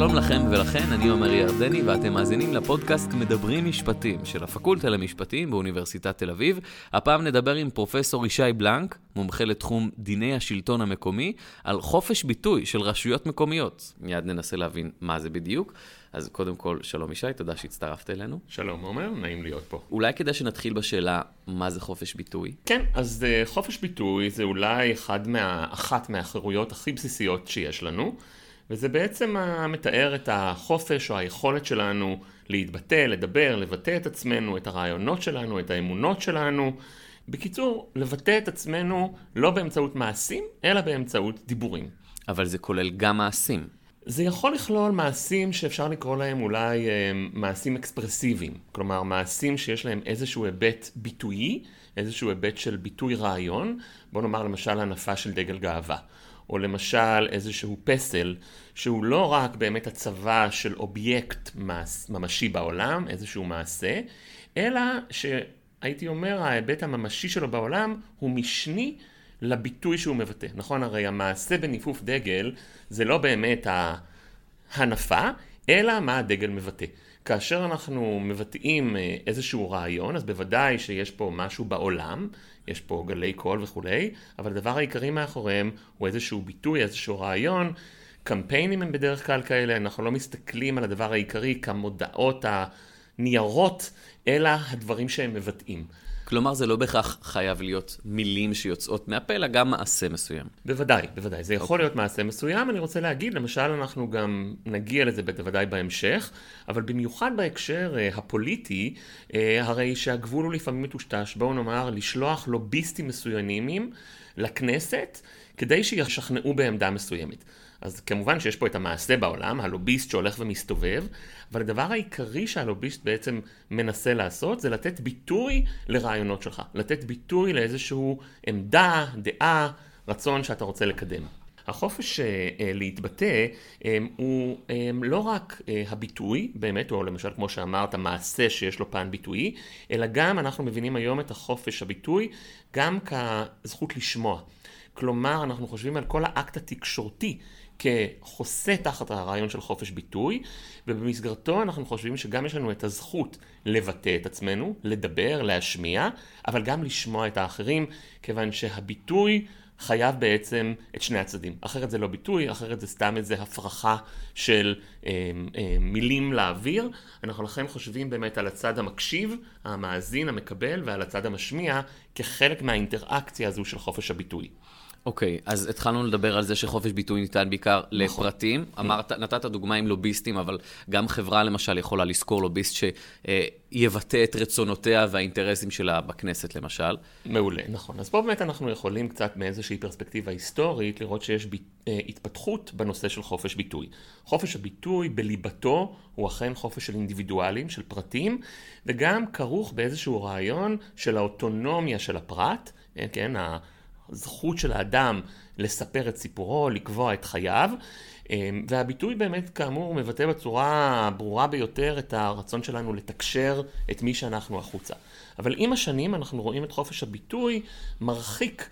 שלום לכם ולכן, אני עומר ירדני ואתם מאזינים לפודקאסט מדברים משפטים של הפקולטה למשפטים באוניברסיטת תל אביב. הפעם נדבר עם פרופסור ישי בלנק, מומחה לתחום דיני השלטון המקומי, על חופש ביטוי של רשויות מקומיות. מיד ננסה להבין מה זה בדיוק. אז קודם כל, שלום ישי, תודה שהצטרפת אלינו. שלום עומר, נעים להיות פה. אולי כדאי שנתחיל בשאלה, מה זה חופש ביטוי? כן, אז חופש ביטוי זה אולי אחת מהחירויות הכי בסיסיות שיש לנו, וזה בעצם מתאר את החופש או היכולת שלנו להתבטא, לדבר, לבטא את עצמנו, את הרעיונות שלנו, את האמונות שלנו. בקיצור, לבטא את עצמנו לא באמצעות מעשים, אלא באמצעות דיבורים. אבל זה כולל גם מעשים. זה יכול לכלול מעשים שאפשר לקרוא להם אולי מעשים אקספרסיביים. כלומר, מעשים שיש להם איזשהו היבט ביטויי, איזשהו היבט של ביטוי רעיון. בוא נאמר למשל הנפה של דגל גאווה. או למשל איזשהו פסל שהוא לא רק באמת הצבה של אובייקט ממשי בעולם, איזשהו מעשה, אלא שהייתי אומר ההיבט הממשי שלו בעולם הוא משני לביטוי שהוא מבטא. נכון? הרי המעשה בניפוף דגל זה לא באמת ההנפה, אלא מה הדגל מבטא. כאשר אנחנו מבטאים איזשהו רעיון, אז בוודאי שיש פה משהו בעולם, יש פה גלי קול וכולי, אבל הדבר העיקרי מאחוריהם הוא איזשהו ביטוי, איזשהו רעיון. קמפיינים הם בדרך כלל כאלה, אנחנו לא מסתכלים על הדבר העיקרי כמודעות הניירות, אלא הדברים שהם מבטאים. כלומר, זה לא בהכרח חייב להיות מילים שיוצאות מהפה, אלא גם מעשה מסוים. בוודאי, בוודאי. זה יכול להיות מעשה מסוים. אני רוצה להגיד, למשל, אנחנו גם נגיע לזה בוודאי בהמשך, אבל במיוחד בהקשר הפוליטי, הרי שהגבול הוא לפעמים מטושטש, בואו נאמר, לשלוח לוביסטים מסוימים לכנסת, כדי שישכנעו בעמדה מסוימת. אז כמובן שיש פה את המעשה בעולם, הלוביסט שהולך ומסתובב, אבל הדבר העיקרי שהלוביסט בעצם מנסה לעשות זה לתת ביטוי לרעיונות שלך, לתת ביטוי לאיזשהו עמדה, דעה, רצון שאתה רוצה לקדם. החופש להתבטא הוא לא רק הביטוי, באמת, או למשל כמו שאמרת, מעשה שיש לו פן ביטויי, אלא גם אנחנו מבינים היום את החופש הביטוי גם כזכות לשמוע. כלומר, אנחנו חושבים על כל האקט התקשורתי כחוסה תחת הרעיון של חופש ביטוי, ובמסגרתו אנחנו חושבים שגם יש לנו את הזכות לבטא את עצמנו, לדבר, להשמיע, אבל גם לשמוע את האחרים, כיוון שהביטוי חייב בעצם את שני הצדדים. אחרת זה לא ביטוי, אחרת זה סתם איזו הפרחה של מילים לאוויר. אנחנו לכן חושבים באמת על הצד המקשיב, המאזין, המקבל, ועל הצד המשמיע, כחלק מהאינטראקציה הזו של חופש הביטוי. אוקיי, אז התחלנו לדבר על זה שחופש ביטוי ניתן בעיקר לפרטים. נתת דוגמה עם לוביסטים, אבל גם חברה למשל יכולה לזכור לוביסט שיבטא את רצונותיה והאינטרסים שלה בכנסת למשל. מעולה, נכון. אז פה באמת אנחנו יכולים קצת מאיזושהי פרספקטיבה היסטורית לראות שיש התפתחות בנושא של חופש ביטוי. חופש הביטוי בליבתו הוא אכן חופש של אינדיבידואלים, של פרטים, וגם כרוך באיזשהו רעיון של האוטונומיה של הפרט, כן, הזכות של האדם לספר את סיפורו, לקבוע את חייו, והביטוי באמת כאמור מבטא בצורה הברורה ביותר את הרצון שלנו לתקשר את מי שאנחנו החוצה. אבל עם השנים אנחנו רואים את חופש הביטוי מרחיק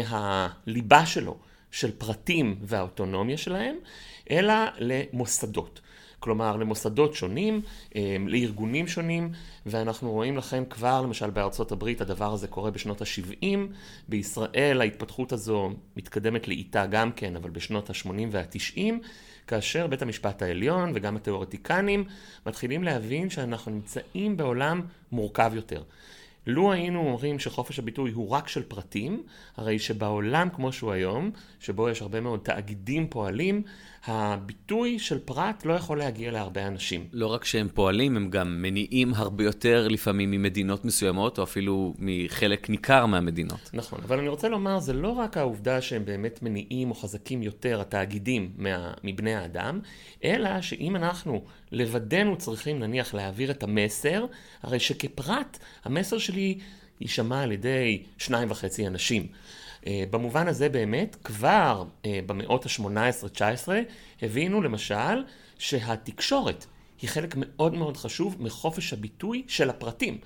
מהליבה שלו, של פרטים והאוטונומיה שלהם, אלא למוסדות. כלומר, למוסדות שונים, לארגונים שונים, ואנחנו רואים לכם כבר, למשל בארצות הברית, הדבר הזה קורה בשנות ה-70, בישראל ההתפתחות הזו מתקדמת לאיטה גם כן, אבל בשנות ה-80 וה-90, כאשר בית המשפט העליון וגם התיאורטיקנים מתחילים להבין שאנחנו נמצאים בעולם מורכב יותר. לו היינו אומרים שחופש הביטוי הוא רק של פרטים, הרי שבעולם כמו שהוא היום, שבו יש הרבה מאוד תאגידים פועלים, הביטוי של פרט לא יכול להגיע להרבה אנשים. לא רק שהם פועלים, הם גם מניעים הרבה יותר לפעמים ממדינות מסוימות, או אפילו מחלק ניכר מהמדינות. נכון, אבל אני רוצה לומר, זה לא רק העובדה שהם באמת מניעים או חזקים יותר, התאגידים מבני האדם, אלא שאם אנחנו לבדנו צריכים נניח להעביר את המסר, הרי שכפרט המסר שלי יישמע על ידי 2.5 אנשים. במובן הזה באמת, כבר במאות ה-18-19, הבינו למשל שהתקשורת היא חלק מאוד מאוד חשוב מחופש הביטוי של הפרטים.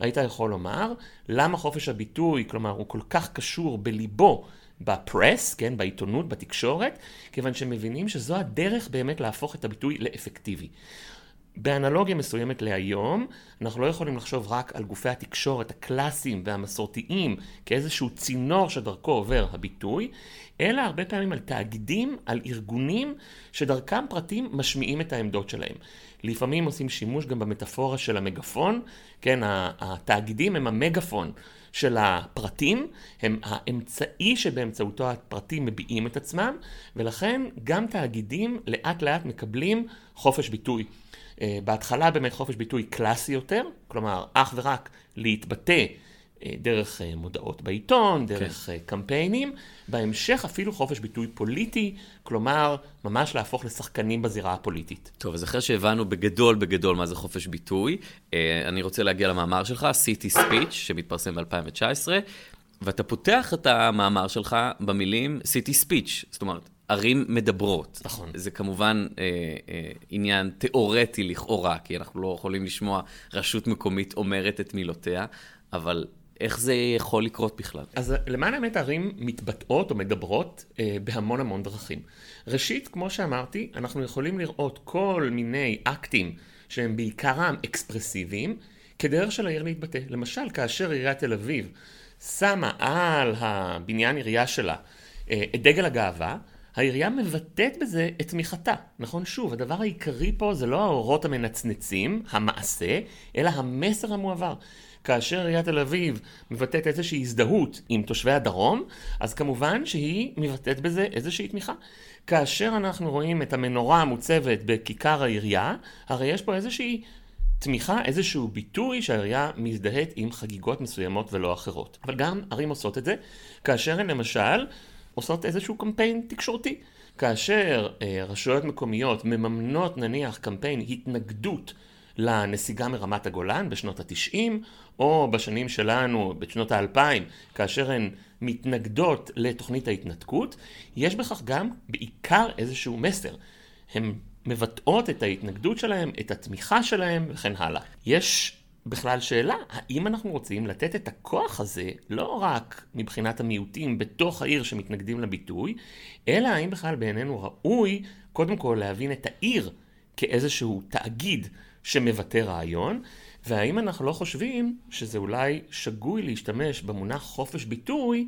היית יכול לומר, למה חופש הביטוי, כלומר, הוא כל כך קשור בליבו, בפרס, כן, בעיתונות, בתקשורת, כיוון שמבינים שזו הדרך באמת להפוך את הביטוי לאפקטיבי. באנלוגיה מסוימת להיום, אנחנו לא יכולים לחשוב רק על גופי התקשורת הקלאסיים והמסורתיים כאיזשהו צינור שדרכו עובר הביטוי, אלא הרבה פעמים על תאגידים, על ארגונים שדרכם פרטים משמיעים את העמדות שלהם. לפעמים עושים שימוש גם במטאפורה של המגפון, כן, התאגידים הם המגפון של הפרטים, הם האמצעי שבאמצעותו הפרטים מביעים את עצמם, ולכן גם תאגידים לאט לאט מקבלים חופש ביטוי. בהתחלה באמת חופש ביטוי קלאסי יותר, כלומר אך ורק להתבטא דרך מודעות בעיתון, דרך קמפיינים, בהמשך אפילו חופש ביטוי פוליטי, כלומר ממש להפוך לשחקנים בזירה הפוליטית. טוב, אז אחרי שהבנו בגדול מה זה חופש ביטוי, אני רוצה להגיע למאמר שלך, City Speech, שמתפרסם ב-2019, ואתה פותח את המאמר שלך במילים City Speech, זאת אומרת, ערים מדברות. נכון. זה כמובן עניין תיאורטי לכאורה, כי אנחנו לא יכולים לשמוע רשות מקומית אומרת את מילותיה, אבל איך זה יכול לקרות בכלל? אז למען האמת ערים מתבטאות או מדברות בהמון דרכים. ראשית, כמו שאמרתי, אנחנו יכולים לראות כל מיני אקטים שהם בעיקרם אקספרסיביים, כדרך של העיר להתבטא. למשל, כאשר עיריית תל אביב שמה על הבניין עירייה שלה את דגל הגאווה, העירייה מבטאת בזה את תמיכתה. נכון? שוב, הדבר העיקרי פה זה לא האורות המנצנצים, המעשה, אלא המסר המועבר. כאשר עיריית תל אביב מבטאת איזושהי הזדהות עם תושבי הדרום, אז כמובן שהיא מבטאת בזה איזושהי תמיכה. כאשר אנחנו רואים את המנורה המוצבת בכיכר העירייה, הרי יש פה איזושהי תמיכה, איזשהו ביטוי שהעירייה מזדהית עם חגיגות מסוימות ולא אחרות. אבל גם ערים עושות את זה, כאשר הן למשל עושות איזשהו קמפיין תקשורתי. כאשר רשויות מקומיות מממנות נניח קמפיין התנגדות לנסיגה מרמת הגולן בשנות ה-90, או בשנים שלנו, בשנות ה-2000, כאשר הן מתנגדות לתוכנית ההתנתקות, יש בכך גם בעיקר איזשהו מסר. הן מבטאות את ההתנגדות שלהם, את התמיכה שלהם וכן הלאה. יש בכלל שאלה, האם אנחנו רוצים לתת את הכוח הזה לא רק מבחינת המיעוטים בתוך העיר שמתנגדים לביטוי, אלא האם בכלל בעינינו ראוי קודם כל להבין את העיר כאיזשהו תאגיד שמבטא רעיון, והאם אנחנו לא חושבים שזה אולי שגוי להשתמש במונח חופש ביטוי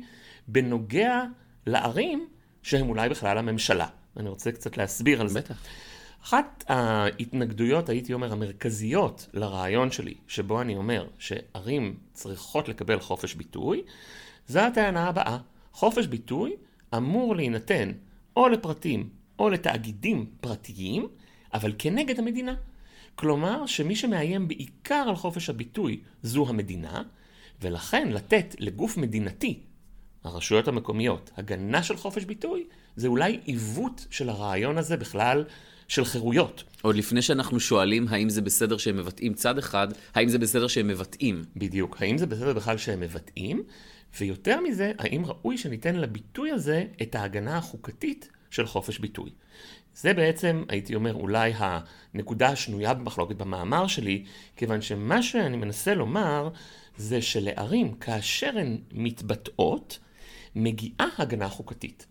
בנוגע לערים שהם אולי בכלל הממשלה. אני רוצה קצת להסביר על זה. בטח. אחת ההתנגדויות, הייתי אומר, המרכזיות לרעיון שלי, שבו אני אומר שערים צריכות לקבל חופש ביטוי, זו הטענה הבאה. חופש ביטוי אמור להינתן או לפרטים או לתאגידים פרטיים, אבל כנגד המדינה. כלומר, שמי שמאיים בעיקר על חופש הביטוי זו המדינה, ולכן לתת לגוף מדינתי, הרשויות המקומיות, הגנה של חופש ביטוי, זה אולי עיוות של הרעיון הזה בכלל של חירויות. עוד לפני שאנחנו שואלים האם זה בסדר שהם מבטאים צד אחד, האם זה בסדר שהם מבטאים? בדיוק, האם זה בסדר בכלל שהם מבטאים, ויותר מזה, האם ראוי שניתן לביטוי הזה את ההגנה החוקתית של חופש ביטוי. זה בעצם, הייתי אומר, אולי הנקודה השנויה במחלוקת במאמר שלי, כיוון שמה שאני מנסה לומר, זה שלערים, כאשר הן מתבטאות, מגיעה הגנה חוקתית.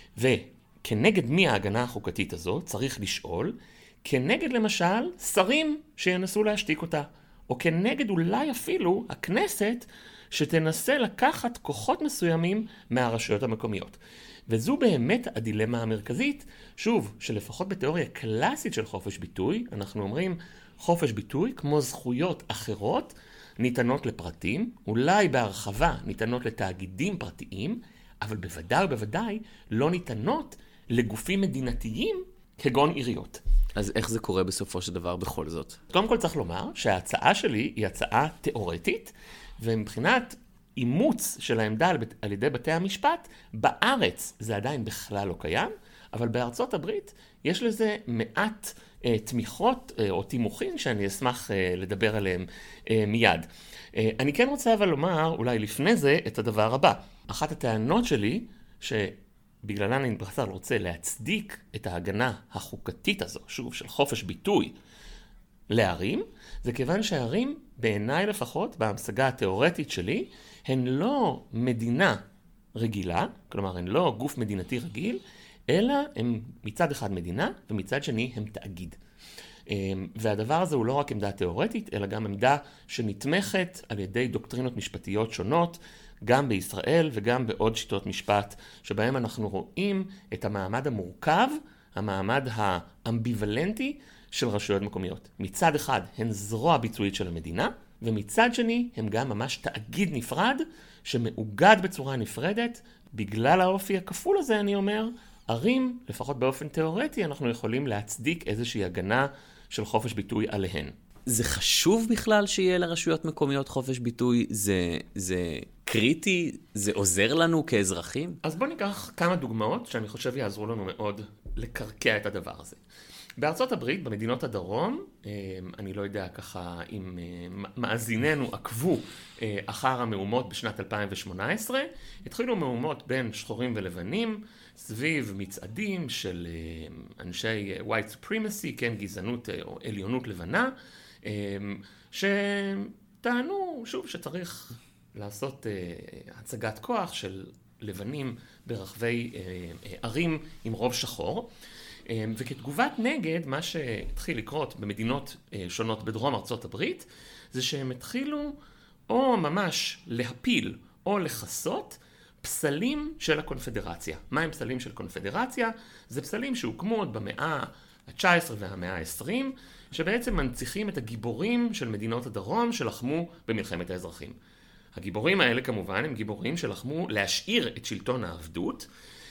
וכנגד מי ההגנה החוקתית הזו, צריך לשאול, כנגד למשל שרים שינסו להשתיק אותה, או כנגד אולי אפילו הכנסת שתנסה לקחת כוחות מסוימים מהרשויות המקומיות. וזו באמת הדילמה המרכזית, שוב, שלפחות בתיאוריה קלאסית של חופש ביטוי, אנחנו אומרים חופש ביטוי כמו זכויות אחרות ניתנות לפרטים, אולי בהרחבה ניתנות לתאגידים פרטיים, אבל בוודאי לא ניתנות לגופים מדינתיים כגון עיריות. אז איך זה קורה בסופו של דבר בכל זאת? קודם כל צריך לומר שההצעה שלי היא הצעה תיאורטית, ומבחינת אימוץ של העמדה על ידי בתי המשפט, בארץ זה עדיין בכלל לא קיים, אבל בארצות הברית יש לזה מעט תמיכות או תימוכין שאני אשמח לדבר עליהם מיד. אני כן רוצה אבל לומר אולי לפני זה את הדבר הבא. אחת הטענות שלי שבגללן אני בכלל רוצה להצדיק את ההגנה החוקתית הזו, שוב, של חופש ביטוי לערים, זה כיוון שהערים, בעיניי לפחות, בהמשגה התיאורטית שלי, הן לא מדינה רגילה, כלומר הן לא גוף מדינתי רגיל, אלא הן מצד אחד מדינה ומצד שני הן תאגיד. והדבר הזה הוא לא רק עמדה תיאורטית, אלא גם עמדה שנתמכת על ידי דוקטרינות משפטיות שונות, גם בישראל וגם בעוד שיטות משפט, שבהם אנחנו רואים את המעמד המורכב, המעמד האמביוולנטי של רשויות מקומיות. מצד אחד הן זרוע ביצועית של המדינה, ומצד שני הם גם ממש תאגיד נפרד, שמאוגד בצורה נפרדת. בגלל האופי הכפול הזה, אני אומר, ערים, לפחות באופן תיאורטי, אנחנו יכולים להצדיק איזושהי הגנה של חופש ביטוי עליהן. זה חשוב בכלל שיהיה לרשויות מקומיות חופש ביטוי? זה קריטי? זה עוזר לנו כאזרחים? אז בוא ניקח כמה דוגמאות שאני חושב יעזרו לנו מאוד לקרקע את הדבר הזה. בארצות הברית, במדינות הדרום, אני לא יודע ככה אם מאזיננו עקבו אחר המהומות בשנת 2018, התחילו מהומות בין שחורים ולבנים, סביב מצעדים של אנשי white supremacy, כן, גזענות או עליונות לבנה, שטענו, שוב, שצריך לעשות הצגת כוח של לבנים ברחבי ערים עם רוב שחור. וכתגובת נגד, מה שהתחיל לקרות במדינות שונות בדרום ארצות הברית, זה שהם התחילו או ממש להפיל או לחסות פסלים של הקונפדרציה. מה הם פסלים של קונפדרציה? זה פסלים שהוקמו עוד במאה ה-19 והמאה ה-20, שבעצם מנציחים את הגיבורים של מדינות הדרום שלחמו במלחמת האזרחים. הגיבורים האלה כמובן הם גיבורים שלחמו להשאיר את שלטון העבדות,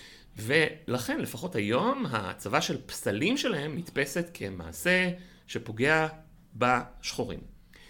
ולכן לפחות היום הצבה של פסלים שלהם נתפסת כמעשה שפוגע בשחורים.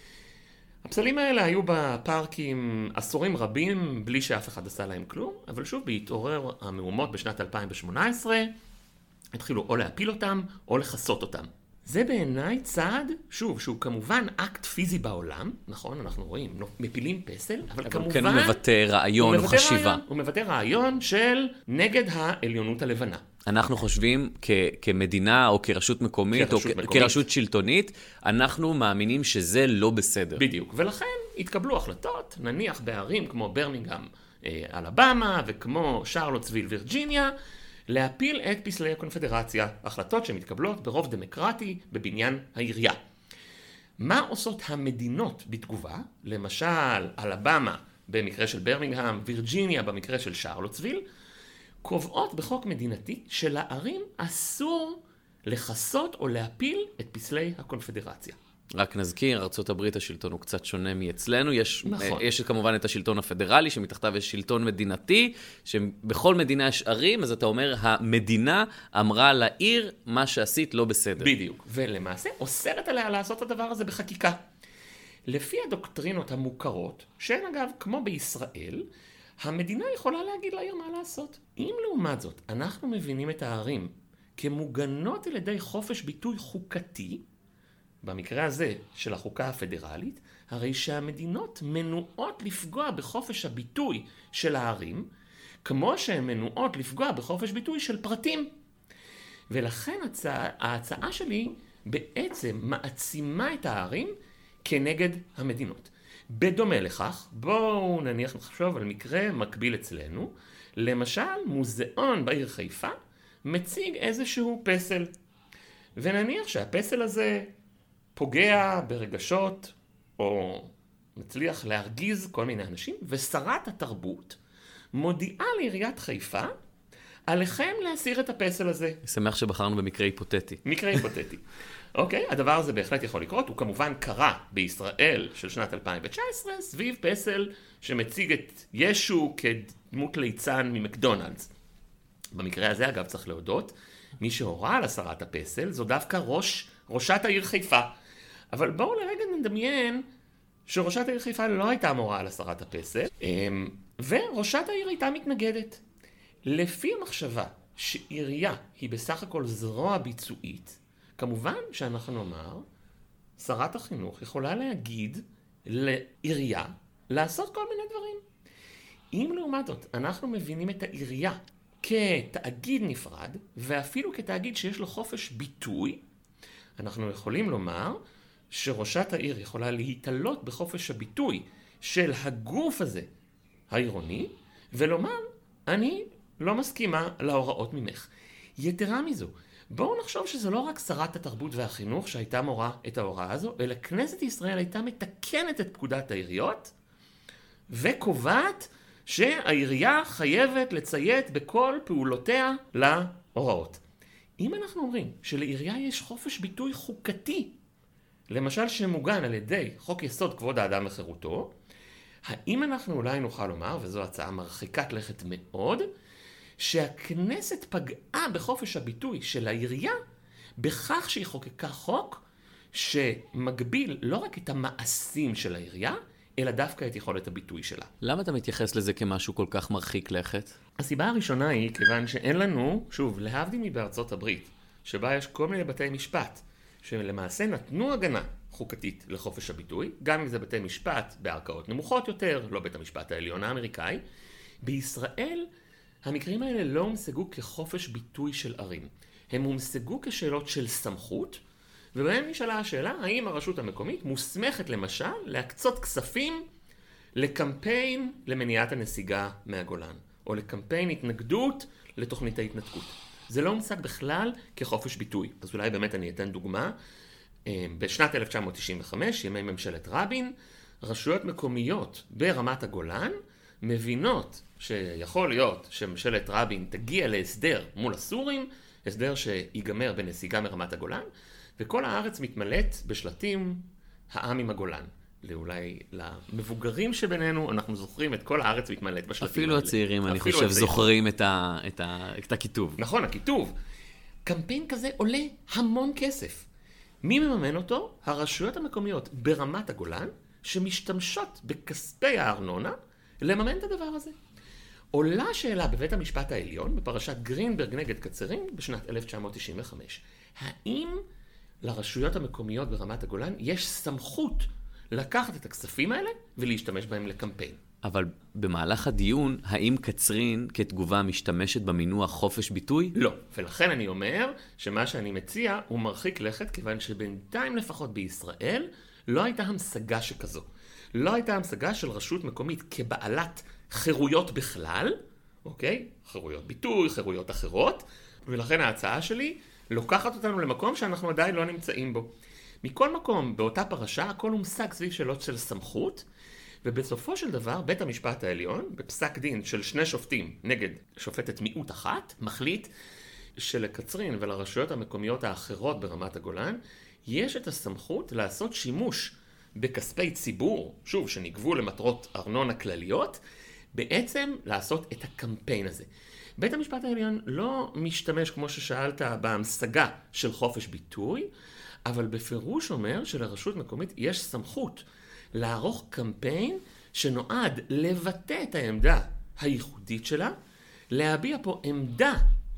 הפסלים האלה היו בפארקים עשורים רבים בלי שאף אחד עשה להם כלום, אבל שוב בהתעורר המהומות בשנת 2018 התחילו או להפיל אותם או לחסות אותם. זה בעיניי צעד, שוב, שהוא כמובן אקט פיזי בעולם, נכון, אנחנו רואים, מפילים פסל, אבל כמובן... כן, הוא מבטא רעיון או חשיבה. הוא מבטא רעיון של נגד העליונות הלבנה. אנחנו חושבים כמדינה או כרשות מקומית או כרשות שלטונית, אנחנו מאמינים שזה לא בסדר. בדיוק, ולכן התקבלו החלטות, נניח בערים כמו ברמינגהאם, אלבמה, וכמו שרלוטסוויל, וירג'יניה, להפיל את פסלי הקונפדרציה, החלטות שמתקבלות ברוב דמוקרטי בבניין העירייה. מה עושות המדינות בתגובה? למשל, אלבמה במקרה של ברמינגהאם, וירג'יניה במקרה של שרלוטסוויל, קובעות בחוק מדינתי שלערים אסור לחסות או להפיל את פסלי הקונפדרציה. רק נזכיר, ארצות הברית השלטון הוא קצת שונה מאצלנו. נכון. יש כמובן את השלטון הפדרלי, שמתחתיו יש שלטון מדינתי, שבכל מדינה יש ערים, אז אתה אומר, המדינה אמרה לעיר, מה שעשית לא בסדר. בדיוק. ולמעשה אוסרת עליה לעשות את הדבר הזה בחקיקה. לפי הדוקטרינות המוכרות, שהן אגב, כמו בישראל, המדינה יכולה להגיד לעיר מה לעשות. אם לעומת זאת, אנחנו מבינים את הערים כמוגנות על ידי חופש ביטוי חוקתי, במקרה הזה של החוקה הפדרלית, הרי שהמדינות מנועות לפגוע בחופש הביטוי של הערים, כמו שהן מנועות לפגוע בחופש ביטוי של פרטים. ולכן ההצעה שלי בעצם מעצימה את הערים כנגד המדינות. בדומה לכך, בואו נניח נחשוב על מקרה מקביל אצלנו, למשל מוזיאון בעיר חיפה מציג איזשהו פסל, ונניח שהפסל הזה פוגע ברגשות או מצליח להרגיז כל מיני אנשים, ושרת התרבות מודיעה לעיריית חיפה, עליכם להסיר את הפסל הזה. אני שמח שבחרנו במקרה היפותטי. מקרה היפותטי. אוקיי, הדבר הזה בהחלט יכול לקרות, הוא כמובן קרה בישראל של שנת 2019, סביב פסל שמציג את ישו כדמות ליצן ממקדונלדס. במקרה הזה, אגב, צריך להודות, מי שהורה על הסרת הפסל זו דווקא ראשת העיר חיפה. אבל בואו לרגע נדמיין שראשת העיר חיפה לא הייתה מורה על הסרת הפסל, וראשת העיר הייתה מתנגדת. לפי המחשבה שעירייה היא בסך הכל זרוע ביצועית, כמובן שאנחנו נאמר, שרת החינוך יכולה להגיד לעירייה לעשות כל מיני דברים. אם לעומת זאת אנחנו מבינים את העירייה כתאגיד נפרד, ואפילו כתאגיד שיש לו חופש ביטוי, אנחנו יכולים לומר שראשת העיר יכולה להתעלות בחופש הביטוי של הגוף הזה, העירוני, ולומר, אני לא מסכימה להוראות ממך. יתרה מזו, בואו נחשוב שזה לא רק שרת התרבות והחינוך שהייתה מורה את ההוראה הזו, אלא כנסת ישראל הייתה מתקנת את פקודת העיריות, וקובעת שהעירייה חייבת לציית בכל פעולותיה להוראות. אם אנחנו אומרים שלעירייה יש חופש ביטוי חוקתי, למשל שמוגן על ידי חוק יסוד כבוד האדם וחירותו, האם אנחנו אולי נוכל לומר, וזו הצעה מרחיקת לכת מאוד, שהכנסת פגעה בחופש הביטוי של העירייה בכך שהיא חוקקה חוק שמגביל לא רק את המעשים של העירייה, אלא דווקא את יכולת הביטוי שלה. למה אתה מתייחס לזה כמשהו כל כך מרחיק לכת? הסיבה הראשונה היא כיוון שאין לנו, שוב, להבדיל מבארצות הברית, שבה יש כל מיני בתי משפט, שלמעשה נתנו הגנה חוקתית לחופש הביטוי, גם אם זה בתי משפט בערכאות נמוכות יותר, לא בית המשפט העליון האמריקאי. בישראל המקרים האלה לא הומשגו כחופש ביטוי של ערים. הם הומשגו כשאלות של סמכות, ובהם נשאלה השאלה, האם הרשות המקומית מוסמכת למשל להקצות כספים לקמפיין למניעת הנסיגה מהגולן, או לקמפיין התנגדות לתוכנית ההתנתקות. זה לא הומשג בכלל כחופש ביטוי. אז אולי באמת אני אתן דוגמה. בשנת 1995, ימי ממשלת רבין, רשויות מקומיות ברמת הגולן מבינות שיכול להיות שממשלת רבין תגיע להסדר מול הסורים, הסדר שיגמר בנסיגה מרמת הגולן, וכל הארץ מתמלאת בשלטים העם עם הגולן. אולי למבוגרים שבינינו, אנחנו זוכרים את כל הארץ מתמלאת בשלטים אפילו האלה. הצעירים, אני חושב, זוכרים את הכיתוב. נכון, הכיתוב. קמפיין כזה עולה המון כסף. מי מממן אותו? הרשויות המקומיות ברמת הגולן, שמשתמשות בכספי הארנונה לממן את הדבר הזה. עולה שאלה בבית המשפט העליון, בפרשת גרינברג נגד קצרין, בשנת 1995. האם לרשויות המקומיות ברמת הגולן יש סמכות לקחת את הכספים האלה ולהשתמש בהם לקמפיין? אבל במהלך הדיון, האם קצרין כתגובה משתמשת במינוח חופש ביטוי? לא, ולכן אני אומר שמה שאני מציע הוא מרחיק לכת, כיוון שבינתיים לפחות בישראל לא הייתה המשגה שכזו. לא הייתה המשגה של רשות מקומית כבעלת חירויות בכלל, אוקיי? חירויות ביטוי, חירויות אחרות, ולכן ההצעה שלי לוקחת אותנו למקום שאנחנו עדיין לא נמצאים בו. מכל מקום, באותה פרשה, הכל הומשג סביב שאלות של סמכות, ובסופו של דבר, בית המשפט העליון, בפסק דין של 2 שופטים נגד שופטת מיעוט אחת, מחליט שלקצרין ולרשויות המקומיות האחרות ברמת הגולן, יש את הסמכות לעשות שימוש בכספי ציבור, שוב, שנגבו למטרות ארנונה כלליות, בעצם לעשות את הקמפיין הזה. בית המשפט העליון לא משתמש, כמו ששאלת, בהמשגה של חופש ביטוי, אבל בפירוש אומר שלרשות מקומית יש סמכות לערוך קמפיין שנועד לבטא את העמדה הייחודית שלה, להביע פה עמדה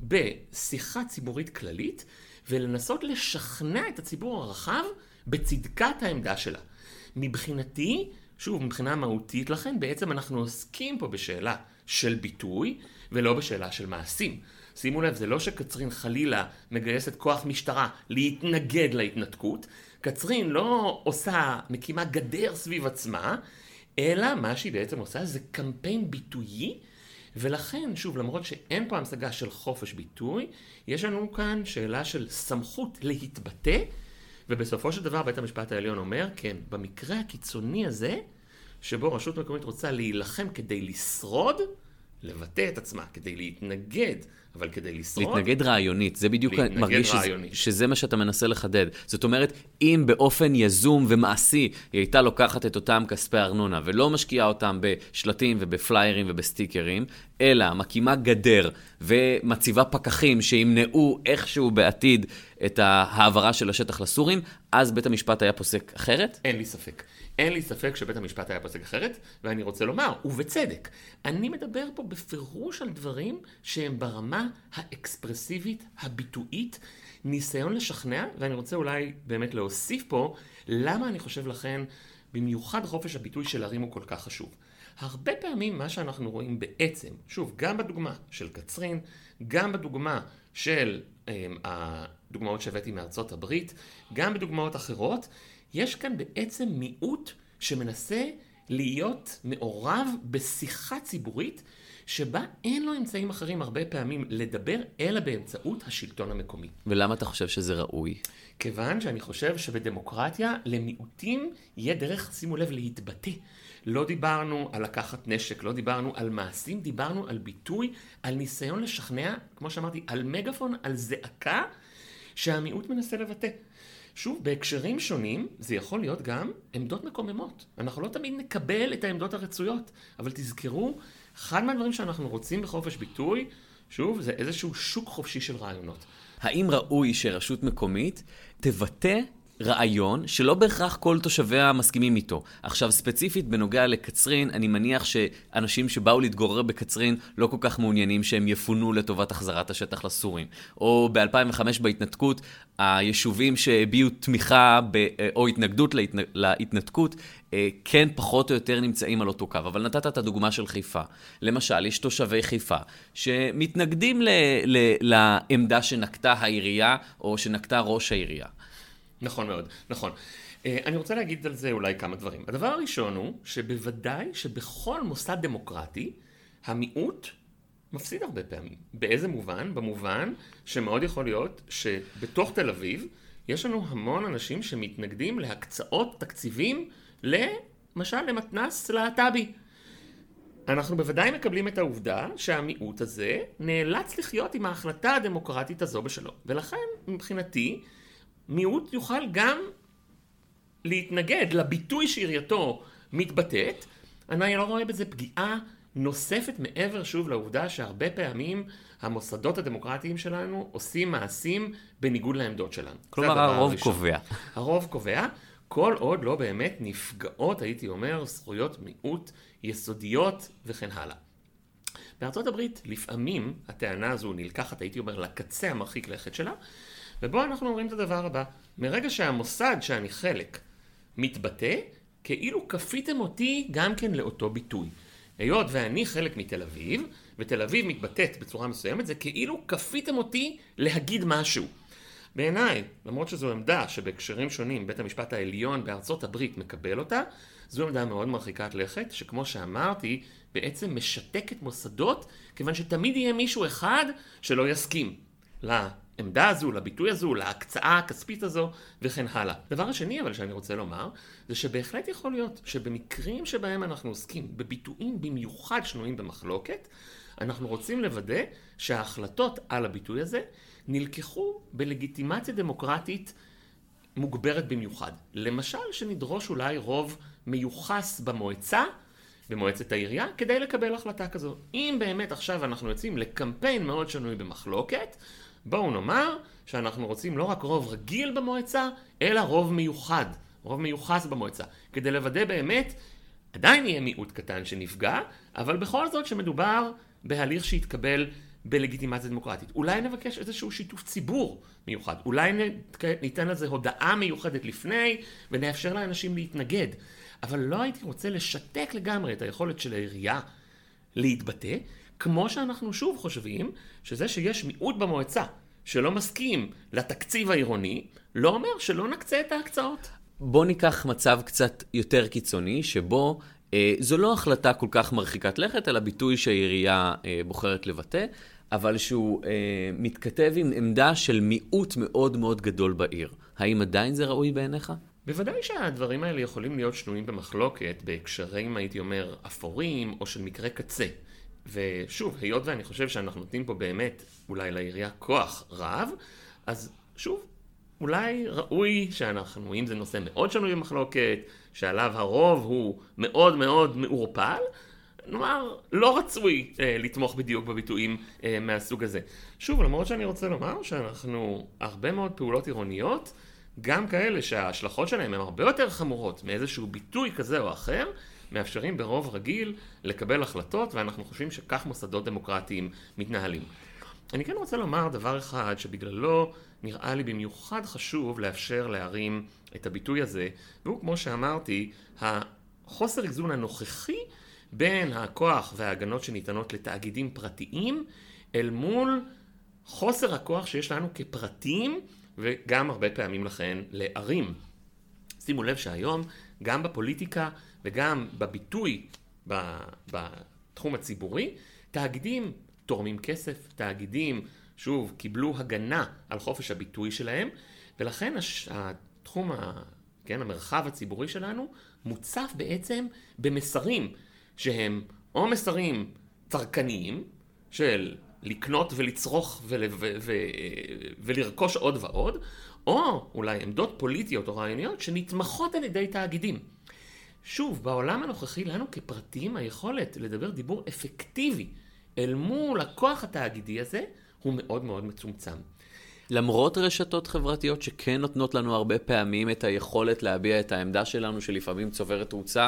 בשיחה ציבורית כללית, ולנסות לשכנע את הציבור הרחב בצדקת העמדה שלה. מבחינתי, שוב, מבחינה מהותית לכן, בעצם אנחנו עוסקים פה בשאלה של ביטוי, ולא בשאלה של מעשים. שימו לב, זה לא שקצרין חלילה מגייסת כוח משטרה להתנגד להתנתקות. קצרין לא מקימה גדר סביב עצמה, אלא מה שהיא בעצם עושה זה קמפיין ביטויי, ולכן, שוב, למרות שאין פה המשגה של חופש ביטוי, יש לנו כאן שאלה של סמכות להתבטא, ובסופו של דבר בית המשפט העליון אומר, כן, במקרה הקיצוני הזה, שבו רשות מקומית רוצה להילחם כדי לשרוד, לבטא את עצמה, כדי להתנגד, אבל כדי לשרוד... להתנגד רעיונית, זה בדיוק מרגיש שזה מה שאתה מנסה לחדד. זאת אומרת, אם באופן יזום ומעשי היא הייתה לוקחת את אותם כספי ארנונה, ולא משקיעה אותם בשלטים ובפליירים ובסטיקרים, אלא מקימה גדר ומציבה פקחים שימנעו איכשהו בעתיד את העברה של השטח לסורים, אז בית המשפט היה פוסק אחרת? אין לי ספק. אין לי ספק שבית המשפט היה פוסק אחרת, ואני רוצה לומר, ובצדק, אני מדבר פה בפירוש על דברים שהם ברמה האקספרסיבית, הביטואית, ניסיון לשכנע, ואני רוצה אולי באמת להוסיף פה, למה אני חושב לכן, במיוחד חופש הביטוי של ערים הוא כל כך חשוב. הרבה פעמים מה שאנחנו רואים בעצם, שוב, גם בדוגמה של קצרין, גם בדוגמה של הדוגמאות שהבאתי מארצות הברית, גם בדוגמאות אחרות, יש כאן בעצם מיעוט שמנסה להיות מעורב בשיחה ציבורית, שבה אין לו אמצעים אחרים הרבה פעמים לדבר, אלא באמצעות השלטון המקומי. ולמה אתה חושב שזה ראוי? כיוון שאני חושב שבדמוקרטיה למיעוטים יהיה דרך, שימו לב, להתבטא. לא דיברנו על לקחת נשק, לא דיברנו על מעשים, דיברנו על ביטוי, על ניסיון לשכנע, כמו שאמרתי, על מגפון, על זעקה שהמיעוט מנסה לבטא. שוב, בהקשרים שונים זה יכול להיות גם עמדות מקוממות. אנחנו לא תמיד נקבל את העמדות הרצויות, אבל תזכרו, אחד מהדברים שאנחנו רוצים בחופש ביטוי, שוב, זה איזשהו שוק חופשי של רעיונות. האם ראוי שרשות מקומית תבטא רעיון שלא בהכרח כל תושביה מסכימים איתו? עכשיו, ספציפית בנוגע לקצרין, אני מניח שאנשים שבאו להתגורר בקצרין לא כל כך מעוניינים שהם יפונו לטובת החזרת השטח לסורים. או ב-2005 בהתנתקות, היישובים שהביעו תמיכה או התנגדות להתנתקות, כן פחות או יותר נמצאים על אותו קו. אבל נתת את הדוגמה של חיפה. למשל, יש תושבי חיפה שמתנגדים לעמדה שנקטה העירייה או שנקטה ראש העירייה. נכון מאוד, נכון. אני רוצה להגיד על זה אולי כמה דברים. הדבר הראשון הוא שבוודאי שבכל מוסד דמוקרטי המיעוט מפסיד הרבה פעמים. באיזה מובן? במובן שמאוד יכול להיות שבתוך תל אביב יש לנו המון אנשים שמתנגדים להקצאות תקציבים למשל למתנ"ס להט"בי. אנחנו בוודאי מקבלים את העובדה שהמיעוט הזה נאלץ לחיות עם ההחלטה הדמוקרטית הזו בשלו. ולכן מבחינתי מיעוט יוכל גם להתנגד לביטוי שעירייתו מתבטאת. אני לא רואה בזה פגיעה נוספת מעבר שוב לעובדה שהרבה פעמים המוסדות הדמוקרטיים שלנו עושים מעשים בניגוד לעמדות שלנו. כלומר הרוב קובע. הרוב קובע, כל עוד לא באמת נפגעות, הייתי אומר, זכויות מיעוט יסודיות וכן הלאה. בארצות הברית לפעמים הטענה הזו נלקחת, הייתי אומר, לקצה המרחיק לכת שלה, ובו אנחנו אומרים את הדבר הבא. מרגע שהמוסד שאני חלק מתבטא, כאילו כפיתם אותי גם כן לאותו ביטוי. היות ואני חלק מתל אביב, ותל אביב מתבטאת בצורה מסוימת, זה כאילו כפיתם אותי להגיד משהו. בעיניי, למרות שזו עמדה שבהקשרים שונים בית המשפט העליון בארצות הברית מקבל אותה, זו עמדה מאוד מרחיקת לכת, שכמו שאמרתי, בעצם משתקת מוסדות, כיוון שתמיד יהיה מישהו אחד שלא יסכים לעמדה הזו, לביטוי הזו, להקצאה הכספית הזו, וכן הלאה. דבר השני אבל שאני רוצה לומר, זה שבהחלט יכול להיות שבמקרים שבהם אנחנו עוסקים בביטויים במיוחד שנויים במחלוקת, אנחנו רוצים לוודא שההחלטות על הביטוי הזה נלקחו בלגיטימציה דמוקרטית מוגברת במיוחד. למשל, שנדרוש אולי רוב מיוחס במועצת העירייה, כדי לקבל החלטה כזו. אם באמת עכשיו אנחנו יוצאים לקמפיין מאוד שנוי במחלוקת, בואו נאמר שאנחנו רוצים לא רק רוב רגיל במועצה, אלא רוב מיוחד, רוב מיוחס במועצה, כדי לוודא באמת, עדיין יהיה מיעוט קטן שנפגע, אבל בכל זאת שמדובר בהליך שיתקבל בלגיטימציה דמוקרטית. אולי נבקש איזשהו שיתוף ציבור מיוחד, אולי ניתן לזה הודעה מיוחדת לפני, ונאפשר לאנשים להתנגד. אבל לא הייתי רוצה לשתק לגמרי את היכולת של העירייה להתבטא, כמו שאנחנו שוב חושבים שזה שיש מיעוט במועצה שלא מסכים לתקציב העירוני, לא אומר שלא נקצה את ההקצאות. בוא ניקח מצב קצת יותר קיצוני, שבו זו לא החלטה כל כך מרחיקת לכת, אלא ביטוי שהעירייה בוחרת לבטא, אבל שהוא מתכתב עם עמדה של מיעוט מאוד מאוד גדול בעיר. האם עדיין זה ראוי בעיניך? בוודאי שהדברים האלה יכולים להיות שנויים במחלוקת, בהקשרים, הייתי אומר, אפורים או של מקרה קצה. ושוב, היות ואני חושב שאנחנו נותנים פה באמת אולי לעירייה כוח רב, אז שוב, אולי ראוי שאנחנו, אם זה נושא מאוד שנוי במחלוקת, שעליו הרוב הוא מאוד מאוד מעורפל, נאמר, לא רצוי לתמוך בדיוק בביטויים מהסוג הזה. שוב, למרות שאני רוצה לומר שאנחנו הרבה מאוד פעולות עירוניות, גם כאלה שההשלכות שלהם הן הרבה יותר חמורות מאיזשהו ביטוי כזה או אחר, מאפשרים ברוב רגיל לקבל החלטות, ואנחנו חושבים שכך מוסדות דמוקרטיים מתנהלים. אני כן רוצה לומר דבר אחד שבגללו נראה לי במיוחד חשוב לאפשר להרים את הביטוי הזה, והוא כמו שאמרתי, החוסר איזון הנוכחי בין הכוח וההגנות שניתנות לתאגידים פרטיים, אל מול חוסר הכוח שיש לנו כפרטים, וגם הרבה פעמים לכן לערים. שימו לב שהיום, גם בפוליטיקה וגם בביטוי בתחום הציבורי, תאגידים תורמים כסף, תאגידים, שוב, קיבלו הגנה על חופש הביטוי שלהם, ולכן התחום, המרחב הציבורי שלנו מוצף בעצם במסרים שהם או מסרים צרכניים של לקנות ולצרוך ולרכוש עוד ועוד, או אולי עמדות פוליטיות או רעיוניות שנתמכות על ידי תאגידים. שוב, בעולם הנוכחי לנו כפרטים היכולת לדבר דיבור אפקטיבי אל מול הכוח התאגידי הזה הוא מאוד מאוד מצומצם. למרות רשתות חברתיות שכן נותנות לנו הרבה פעמים את היכולת להביע את העמדה שלנו, שלפעמים צוברת תאוצה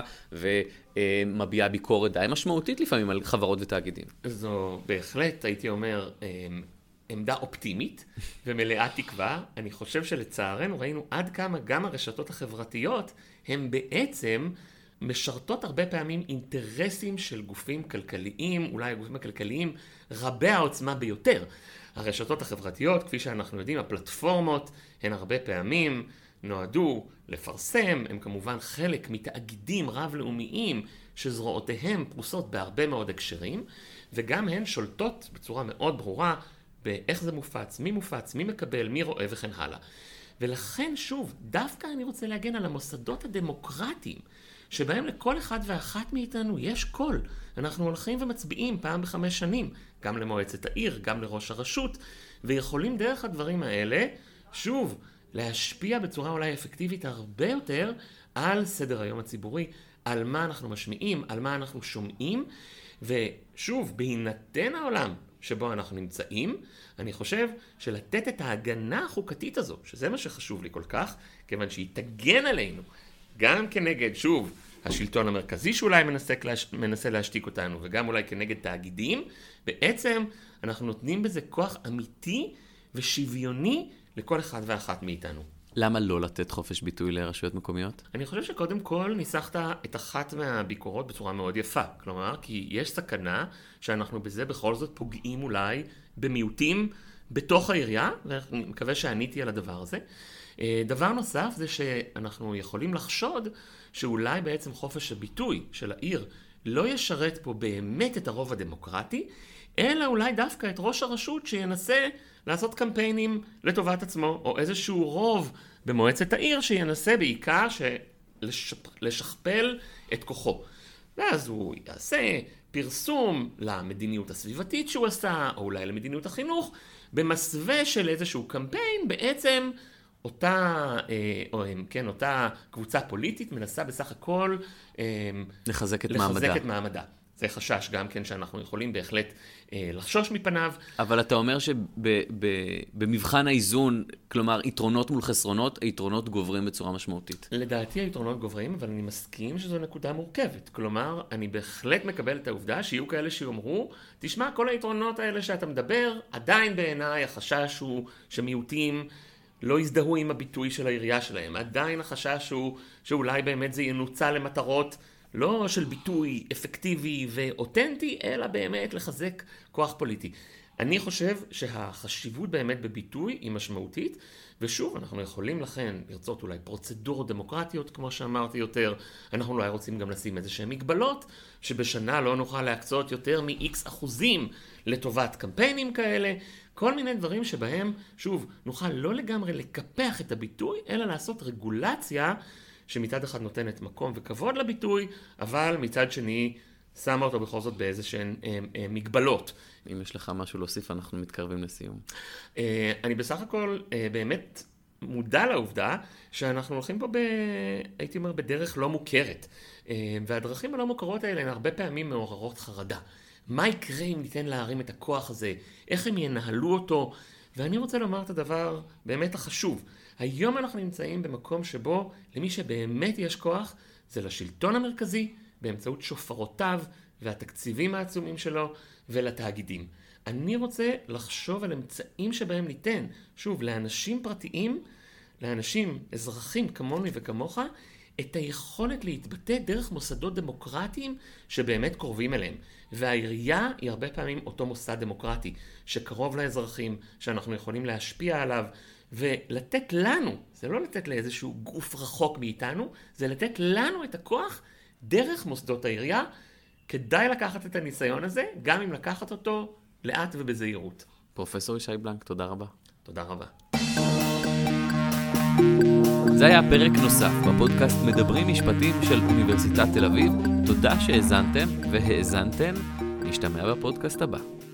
ומביעה ביקורת די משמעותית לפעמים על חברות ותאגידים. זו בהחלט, הייתי אומר, עמדה אופטימית ומלאה תקווה. אני חושב שלצערנו ראינו עד כמה גם הרשתות החברתיות הן בעצם משרתות הרבה פעמים אינטרסים של גופים כלכליים, אולי הגופים הכלכליים רבי העוצמה ביותר. הרשתות החברתיות, כפי שאנחנו יודעים, הפלטפורמות הן הרבה פעמים נועדו לפרסם, הם כמובן חלק מתאגידים רב-לאומיים שזרועותיהם פרוסות בהרבה מאוד הקשרים, וגם הן שולטות בצורה מאוד ברורה באיך זה מופץ, מי מקבל, מי רואה וכן הלאה. ולכן שוב, דווקא אני רוצה להגן על המוסדות הדמוקרטיים, שבהם לכל אחד ואחת מאיתנו יש קול. אנחנו הולכים ומצביעים פעם ב5 שנים, גם למועצת העיר, גם לראש הרשות, ויכולים דרך הדברים האלה, שוב, להשפיע בצורה אולי אפקטיבית הרבה יותר על סדר היום הציבורי, על מה אנחנו משמיעים, על מה אנחנו שומעים, ושוב, בהינתן העולם שבו אנחנו נמצאים, אני חושב שלתת את ההגנה החוקתית הזו, שזה מה שחשוב לי כל כך, כיוון שהיא תגן עלינו, גם כנגד, שוב, השלטון המרכזי שאולי מנסה להשתיק אותנו, וגם אולי כנגד תאגידים, בעצם אנחנו נותנים בזה כוח אמיתי ושוויוני לכל אחד ואחת מאיתנו. למה לא לתת חופש ביטוי לרשויות מקומיות? אני חושב שקודם כל ניסחת את אחת מהביקורות בצורה מאוד יפה. כלומר, כי יש סכנה שאנחנו בזה בכל זאת פוגעים אולי במיעוטים בתוך העירייה, ואני מקווה שעניתי על הדבר הזה. דבר נוסף זה שאנחנו יכולים לחשוד שאולי בעצם חופש הביטוי של העיר לא ישרת פה באמת את הרוב הדמוקרטי, אלא אולי דווקא את ראש הרשות שינסה לעשות קמפיינים לטובת עצמו, או איזשהו רוב במועצת העיר שינסה בעיקר לשכפל את כוחו. ואז הוא יעשה פרסום למדיניות הסביבתית שהוא עשה, או אולי למדיניות החינוך, במסווה של איזשהו קמפיין, בעצם אותה קבוצה פוליטית מנסה בסך הכל לחזק את מעמדה. זה חשש גם כן שאנחנו יכולים בהחלט לחשוש מפניו. אבל אתה אומר שבמבחן האיזון, כלומר יתרונות מול חסרונות, היתרונות גוברים בצורה משמעותית. לדעתי היתרונות גוברים, אבל אני מסכים שזו נקודה מורכבת. כלומר, אני בהחלט מקבל את העובדה שיהיו כאלה שיאמרו, תשמע, כל היתרונות האלה שאתה מדבר, עדיין בעיניי החשש הוא שמיעוטים לא יזדהו עם הביטוי של העירייה שלהם. עדיין החשש הוא שאולי באמת זה ינוצל למטרות לא של ביטוי אפקטיבי ואותנטי, אלא באמת לחזק כוח פוליטי. אני חושב שהחשיבות באמת בביטוי היא משמעותית, ושוב, אנחנו יכולים לכן לרצות אולי פרוצדורות דמוקרטיות, כמו שאמרתי יותר, אנחנו אולי רוצים גם לשים איזושהי מגבלות, שבשנה לא נוכל להקצות יותר מ-X אחוזים לטובת קמפיינים כאלה, כל מיני דברים שבהם, שוב, נוכל לא לגמרי לקפח את הביטוי, אלא לעשות רגולציה שמצד אחד נותנת מקום וכבוד לביטוי, אבל מצד שני שמה אותו בכל זאת באיזשהן מגבלות. אם יש לך משהו להוסיף, אנחנו מתקרבים לסיום. אני בסך הכל באמת מודע לעובדה שאנחנו הולכים פה הייתי אומר, בדרך לא מוכרת. והדרכים הלא מוכרות האלה הן הרבה פעמים מעוררות חרדה. מה יקרה אם ניתן להרים את הכוח הזה? איך הם ינהלו אותו? ואני רוצה לומר את הדבר באמת החשוב. היום אנחנו נמצאים במקום שבו למי שבאמת יש כוח, זה לשלטון המרכזי, באמצעות שופרותיו והתקציבים העצומים שלו ולתאגידים. אני רוצה לחשוב על אמצעים שבהם ניתן, שוב, לאנשים פרטיים, לאנשים, אזרחים כמוני וכמוך, את היכולת להתבטא דרך מוסדות דמוקרטיים שבאמת קרובים אליהם. והעירייה היא הרבה פעמים אותו מוסד דמוקרטי שקרוב לאזרחים, שאנחנו יכולים להשפיע עליו, ולתת לנו, זה לא לתת לאיזשהו גוף רחוק מאיתנו, זה לתת לנו את הכוח דרך מוסדות העירייה. כדאי לקחת את הניסיון הזה, גם אם לקחת אותו לאט ובזהירות. פרופסור ישי בלנק, תודה רבה. תודה רבה. זה היה פרק נוסף בפודקאסט מדברים משפטים של אוניברסיטת תל אביב. תודה שהאזנתם והאזנתן. נשתמע בפודקאסט הבא.